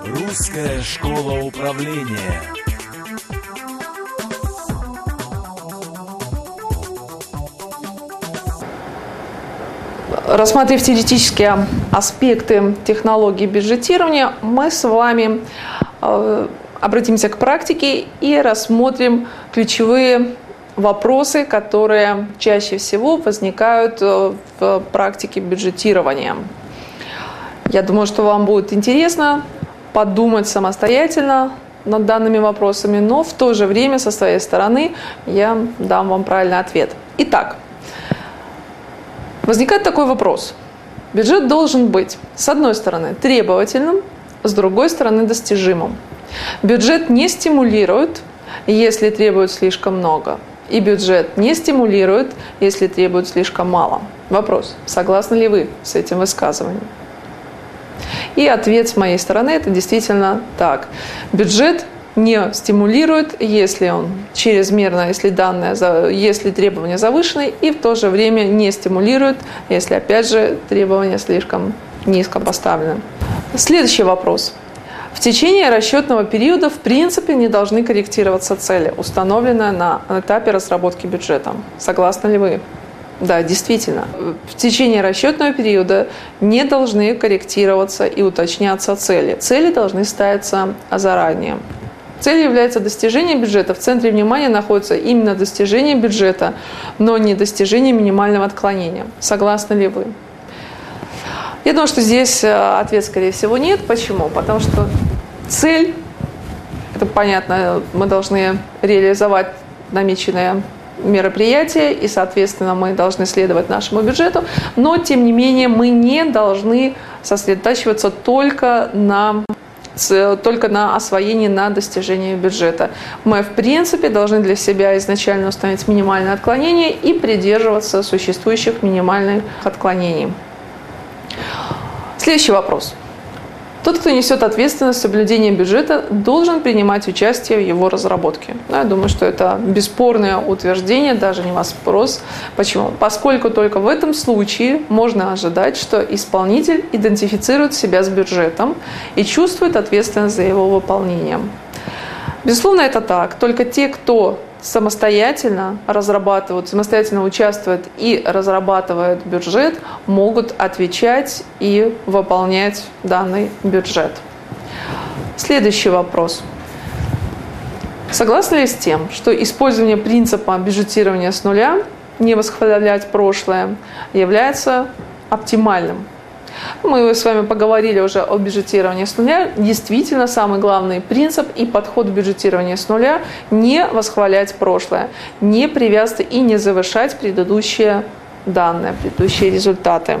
Русская школа управления. Рассмотрев теоретические аспекты технологии бюджетирования, мы с вами обратимся к практике и рассмотрим ключевые вопросы, которые чаще всего возникают в практике бюджетирования. Я думаю, что вам будет интересно подумать самостоятельно над данными вопросами, но в то же время со своей стороны я дам вам правильный ответ. Итак, возникает такой вопрос. Бюджет должен быть, с одной стороны, требовательным, с другой стороны, достижимым. Бюджет не стимулирует, если требует слишком много, и бюджет не стимулирует, если требует слишком мало. Вопрос, согласны ли вы с этим высказыванием? И ответ с моей стороны – это действительно так. Бюджет не стимулирует, если он чрезмерно, если требования завышены, и в то же время не стимулирует, если, опять же, требования слишком низко поставлены. Следующий вопрос. В течение расчетного периода в принципе не должны корректироваться цели, установленные на этапе разработки бюджета. Согласны ли вы? Да, действительно. В течение расчетного периода не должны корректироваться и уточняться цели. Цели должны ставиться заранее. Целью является достижение бюджета. В центре внимания находится именно достижение бюджета, но не достижение минимального отклонения. Согласны ли вы? Я думаю, что здесь ответ, скорее всего, нет. Почему? Потому что цель, это понятно, мы должны реализовать намеченное мероприятие, и, соответственно, мы должны следовать нашему бюджету, но, тем не менее, мы не должны сосредотачиваться только на освоении, на достижении бюджета. Мы, в принципе, должны для себя изначально установить минимальное отклонение и придерживаться существующих минимальных отклонений. Следующий вопрос. Тот, кто несет ответственность за соблюдение бюджета, должен принимать участие в его разработке. Я думаю, что это бесспорное утверждение, даже не вопрос. Почему? Поскольку только в этом случае можно ожидать, что исполнитель идентифицирует себя с бюджетом и чувствует ответственность за его выполнением. Безусловно, это так. Только те, кто самостоятельно участвует и разрабатывает бюджет, могут отвечать и выполнять данный бюджет. Следующий вопрос. Согласны ли с тем, что использование принципа бюджетирования с нуля, не восхвалять прошлое, является оптимальным? Мы с вами поговорили уже о бюджетировании с нуля. Действительно, самый главный принцип и подход бюджетирования с нуля – не восхвалять прошлое, не привязываться и не завышать предыдущие данные, предыдущие результаты.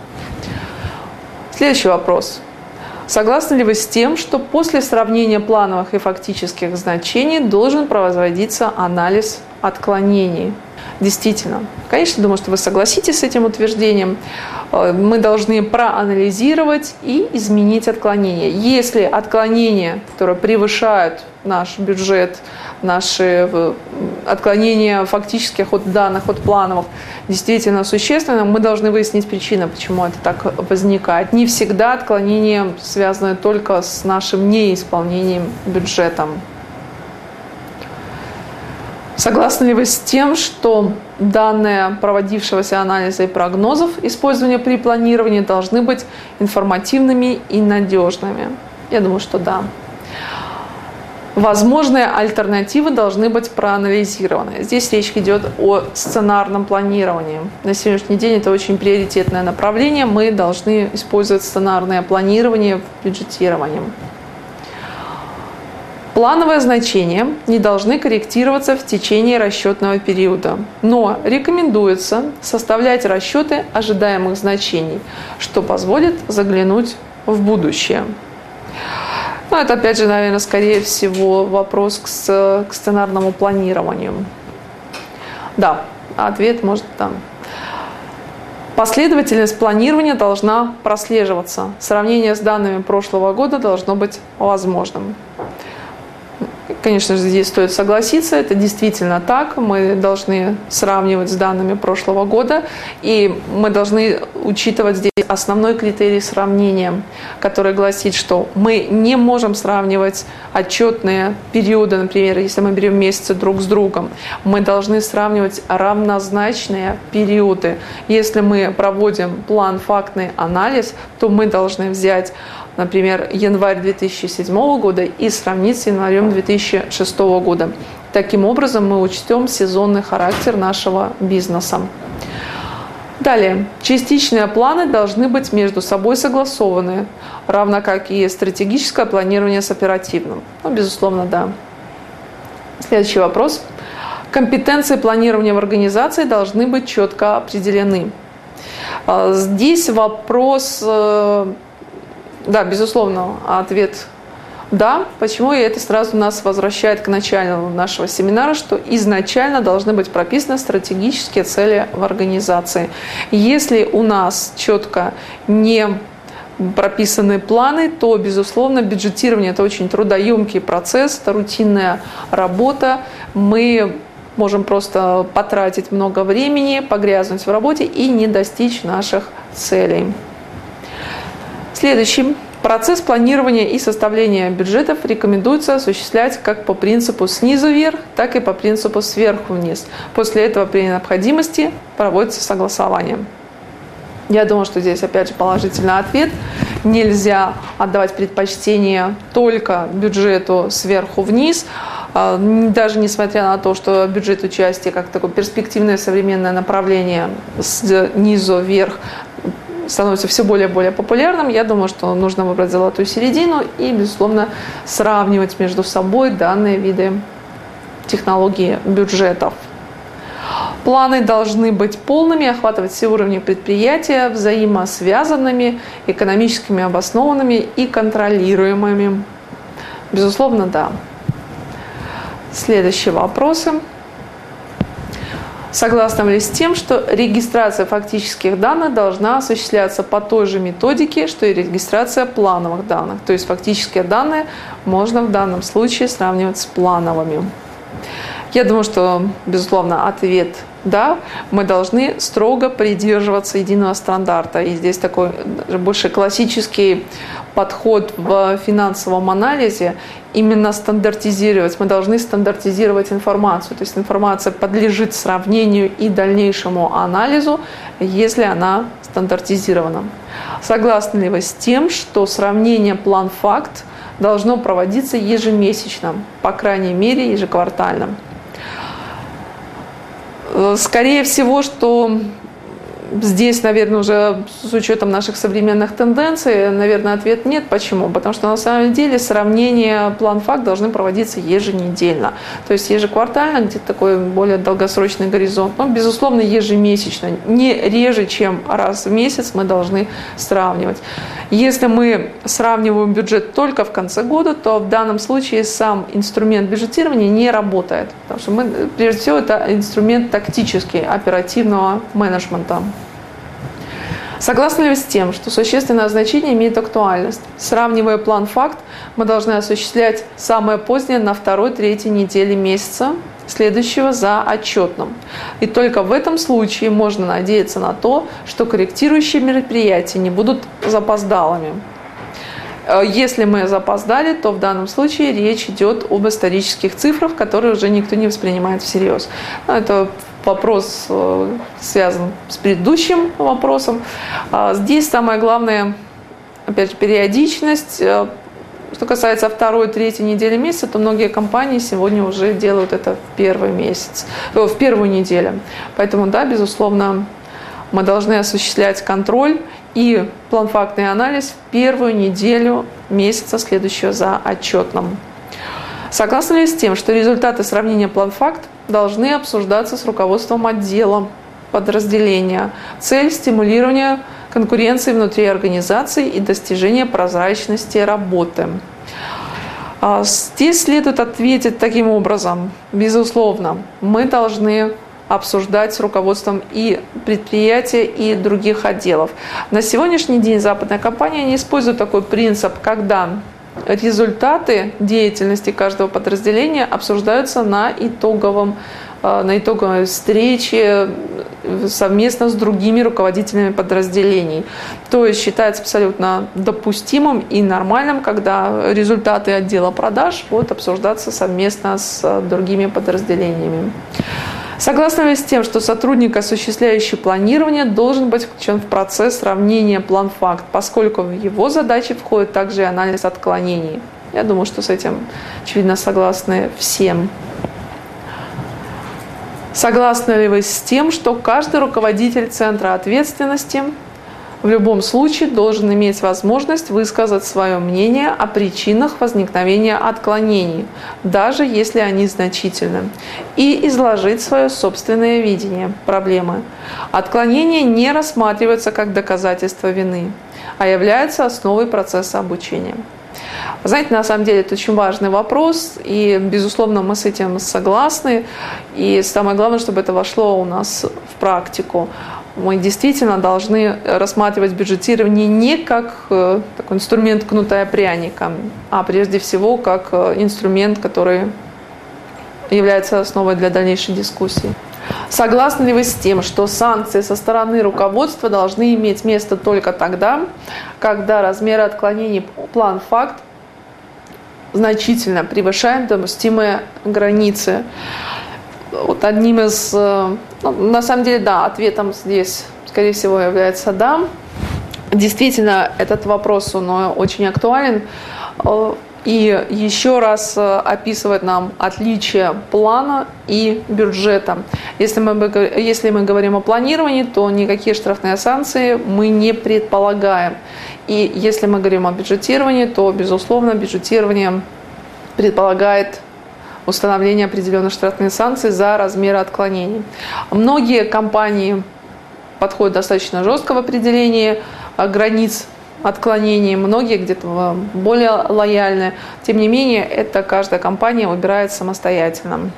Следующий вопрос. Согласны ли вы с тем, что после сравнения плановых и фактических значений должен производиться анализ отклонений? Действительно. Конечно, думаю, что вы согласитесь с этим утверждением. Мы должны проанализировать и изменить отклонения. Если отклонения, которые превышают наш бюджет, наши отклонения фактических от данных, от плановых, действительно существенно, мы должны выяснить причину, почему это так возникает. Не всегда отклонения связаны только с нашим неисполнением бюджетом. Согласны ли вы с тем, что данные проводившегося анализа и прогнозов использования при планировании должны быть информативными и надежными? Я думаю, что да. Возможные альтернативы должны быть проанализированы. Здесь речь идет о сценарном планировании. На сегодняшний день это очень приоритетное направление. Мы должны использовать сценарное планирование в бюджетировании. Плановые значения не должны корректироваться в течение расчетного периода, но рекомендуется составлять расчеты ожидаемых значений, что позволит заглянуть в будущее. Но это, опять же, наверное, скорее всего вопрос к сценарному планированию. Да, ответ может там. Последовательность планирования должна прослеживаться. Сравнение с данными прошлого года должно быть возможным. Конечно же, здесь стоит согласиться, это действительно так. Мы должны сравнивать с данными прошлого года, и мы должны учитывать здесь основной критерий сравнения, который гласит, что мы не можем сравнивать отчетные периоды, например, если мы берем месяцы друг с другом. Мы должны сравнивать равнозначные периоды. Если мы проводим план-фактный анализ, то мы должны взять, например, январь 2007 года и сравнить с январем 2006 года. Таким образом, мы учтем сезонный характер нашего бизнеса. Далее. Частичные планы должны быть между собой согласованы, равно как и стратегическое планирование с оперативным. Ну, безусловно, да. Следующий вопрос. Компетенции планирования в организации должны быть четко определены. Здесь вопрос... Да, безусловно, ответ «да». Почему? И это сразу нас возвращает к началу нашего семинара, что изначально должны быть прописаны стратегические цели в организации. Если у нас четко не прописаны планы, то, безусловно, бюджетирование – это очень трудоемкий процесс, это рутинная работа. Мы можем просто потратить много времени, погрязнуть в работе и не достичь наших целей. Следующий. Процесс планирования и составления бюджетов рекомендуется осуществлять как по принципу снизу вверх, так и по принципу сверху вниз. После этого при необходимости проводится согласование. Я думаю, что здесь опять же положительный ответ. Нельзя отдавать предпочтение только бюджету сверху вниз, даже несмотря на то, что бюджет участия как такое перспективное современное направление снизу вверх становится все более и более популярным. Я думаю, что нужно выбрать золотую середину и, безусловно, сравнивать между собой данные виды технологии бюджетов. Планы должны быть полными, охватывать все уровни предприятия, взаимосвязанными, экономическими обоснованными и контролируемыми. Безусловно, да. Следующие вопросы. Согласны ли с тем, что регистрация фактических данных должна осуществляться по той же методике, что и регистрация плановых данных? То есть фактические данные можно в данном случае сравнивать с плановыми. Я думаю, что, безусловно, ответ «да». Мы должны строго придерживаться единого стандарта. И здесь такой больше классический подход в финансовом анализе. Именно стандартизировать. Мы должны стандартизировать информацию. То есть информация подлежит сравнению и дальнейшему анализу, если она стандартизирована. Согласны ли вы с тем, что сравнение план-факт должно проводиться ежемесячно, по крайней мере ежеквартально? Скорее всего, что здесь, наверное, уже с учетом наших современных тенденций, наверное, ответ нет. Почему? Потому что на самом деле сравнение план-факт должны проводиться еженедельно. То есть ежеквартально, где-то такой более долгосрочный горизонт. Но, безусловно, ежемесячно. Не реже, чем раз в месяц мы должны сравнивать. Если мы сравниваем бюджет только в конце года, то в данном случае сам инструмент бюджетирования не работает. Потому что прежде всего, это инструмент тактический, оперативного менеджмента. Согласны ли вы с тем, что существенное значение имеет актуальность? Сравнивая план-факт, мы должны осуществлять самое позднее на 2-3 недели месяца, следующего за отчетным. И только в этом случае можно надеяться на то, что корректирующие мероприятия не будут запоздалыми. Если мы запоздали, то в данном случае речь идет об исторических цифрах, которые уже никто не воспринимает всерьез. Это вопрос связан с предыдущим вопросом. Здесь самое главное, опять же, периодичность. Что касается 2-3 недели месяца, то многие компании сегодня уже делают это в первый месяц, в первую неделю. Поэтому, да, безусловно, мы должны осуществлять контроль и план-фактный анализ в первую неделю месяца, следующего за отчетным. Согласны ли с тем, что результаты сравнения план-факт должны обсуждаться с руководством отдела подразделения? Цель – стимулирование конкуренции внутри организации и достижение прозрачности работы. Здесь следует ответить таким образом. Безусловно, мы должны обсуждать с руководством и предприятия, и других отделов. На сегодняшний день западная компания не использует такой принцип, когда результаты деятельности каждого подразделения обсуждаются на итоговой встрече совместно с другими руководителями подразделений. То есть считается абсолютно допустимым и нормальным, когда результаты отдела продаж будут обсуждаться совместно с другими подразделениями. Согласны ли с тем, что сотрудник, осуществляющий планирование, должен быть включен в процесс сравнения план-факт, поскольку в его задачи входит также и анализ отклонений? Я думаю, что с этим, очевидно, согласны всем. Согласны ли вы с тем, что каждый руководитель центра ответственности в любом случае должен иметь возможность высказать свое мнение о причинах возникновения отклонений, даже если они значительны, и изложить свое собственное видение проблемы? Отклонения не рассматриваются как доказательство вины, а являются основой процесса обучения. Знаете, на самом деле это очень важный вопрос, и, безусловно, мы с этим согласны. И самое главное, чтобы это вошло у нас в практику. Мы действительно должны рассматривать бюджетирование не как такой инструмент кнута пряником, а прежде всего как инструмент, который является основой для дальнейшей дискуссии. Согласны ли вы с тем, что санкции со стороны руководства должны иметь место только тогда, когда размеры отклонений план-факт значительно превышают допустимые границы? Вот одним из, на самом деле, да, ответом здесь, скорее всего, является да. Действительно, этот вопрос, он очень актуален. И еще раз описывает нам отличие плана и бюджета. Если мы говорим о планировании, то никакие штрафные санкции мы не предполагаем. И если мы говорим о бюджетировании, то, безусловно, бюджетирование предполагает установление определенных штрафных санкций за размеры отклонений. Многие компании подходят достаточно жестко в определении границ отклонений, многие где-то более лояльны. Тем не менее, это каждая компания выбирает самостоятельно.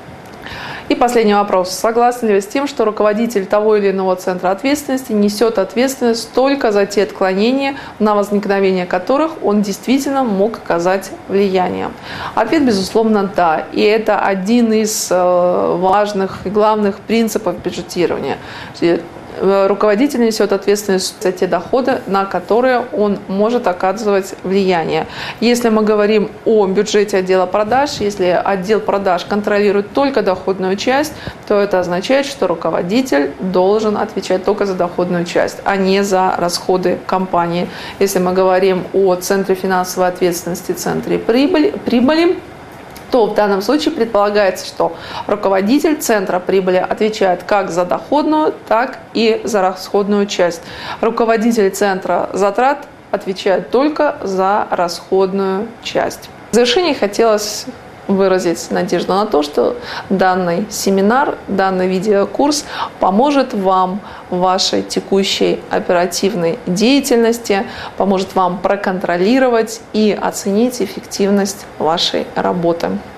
И последний вопрос. Согласны ли вы с тем, что руководитель того или иного центра ответственности несет ответственность только за те отклонения, на возникновение которых он действительно мог оказать влияние? Ответ, безусловно, да. И это один из важных и главных принципов бюджетирования. Руководитель несет ответственность за те доходы, на которые он может оказывать влияние. Если мы говорим о бюджете отдела продаж, если отдел продаж контролирует только доходную часть, то это означает, что руководитель должен отвечать только за доходную часть, а не за расходы компании. Если мы говорим о центре финансовой ответственности, центре прибыли, то в данном случае предполагается, что руководитель центра прибыли отвечает как за доходную, так и за расходную часть. Руководитель центра затрат отвечает только за расходную часть. В завершении хотелось выразить надежду на то, что данный семинар, данный видеокурс поможет вам в вашей текущей оперативной деятельности, поможет вам проконтролировать и оценить эффективность вашей работы.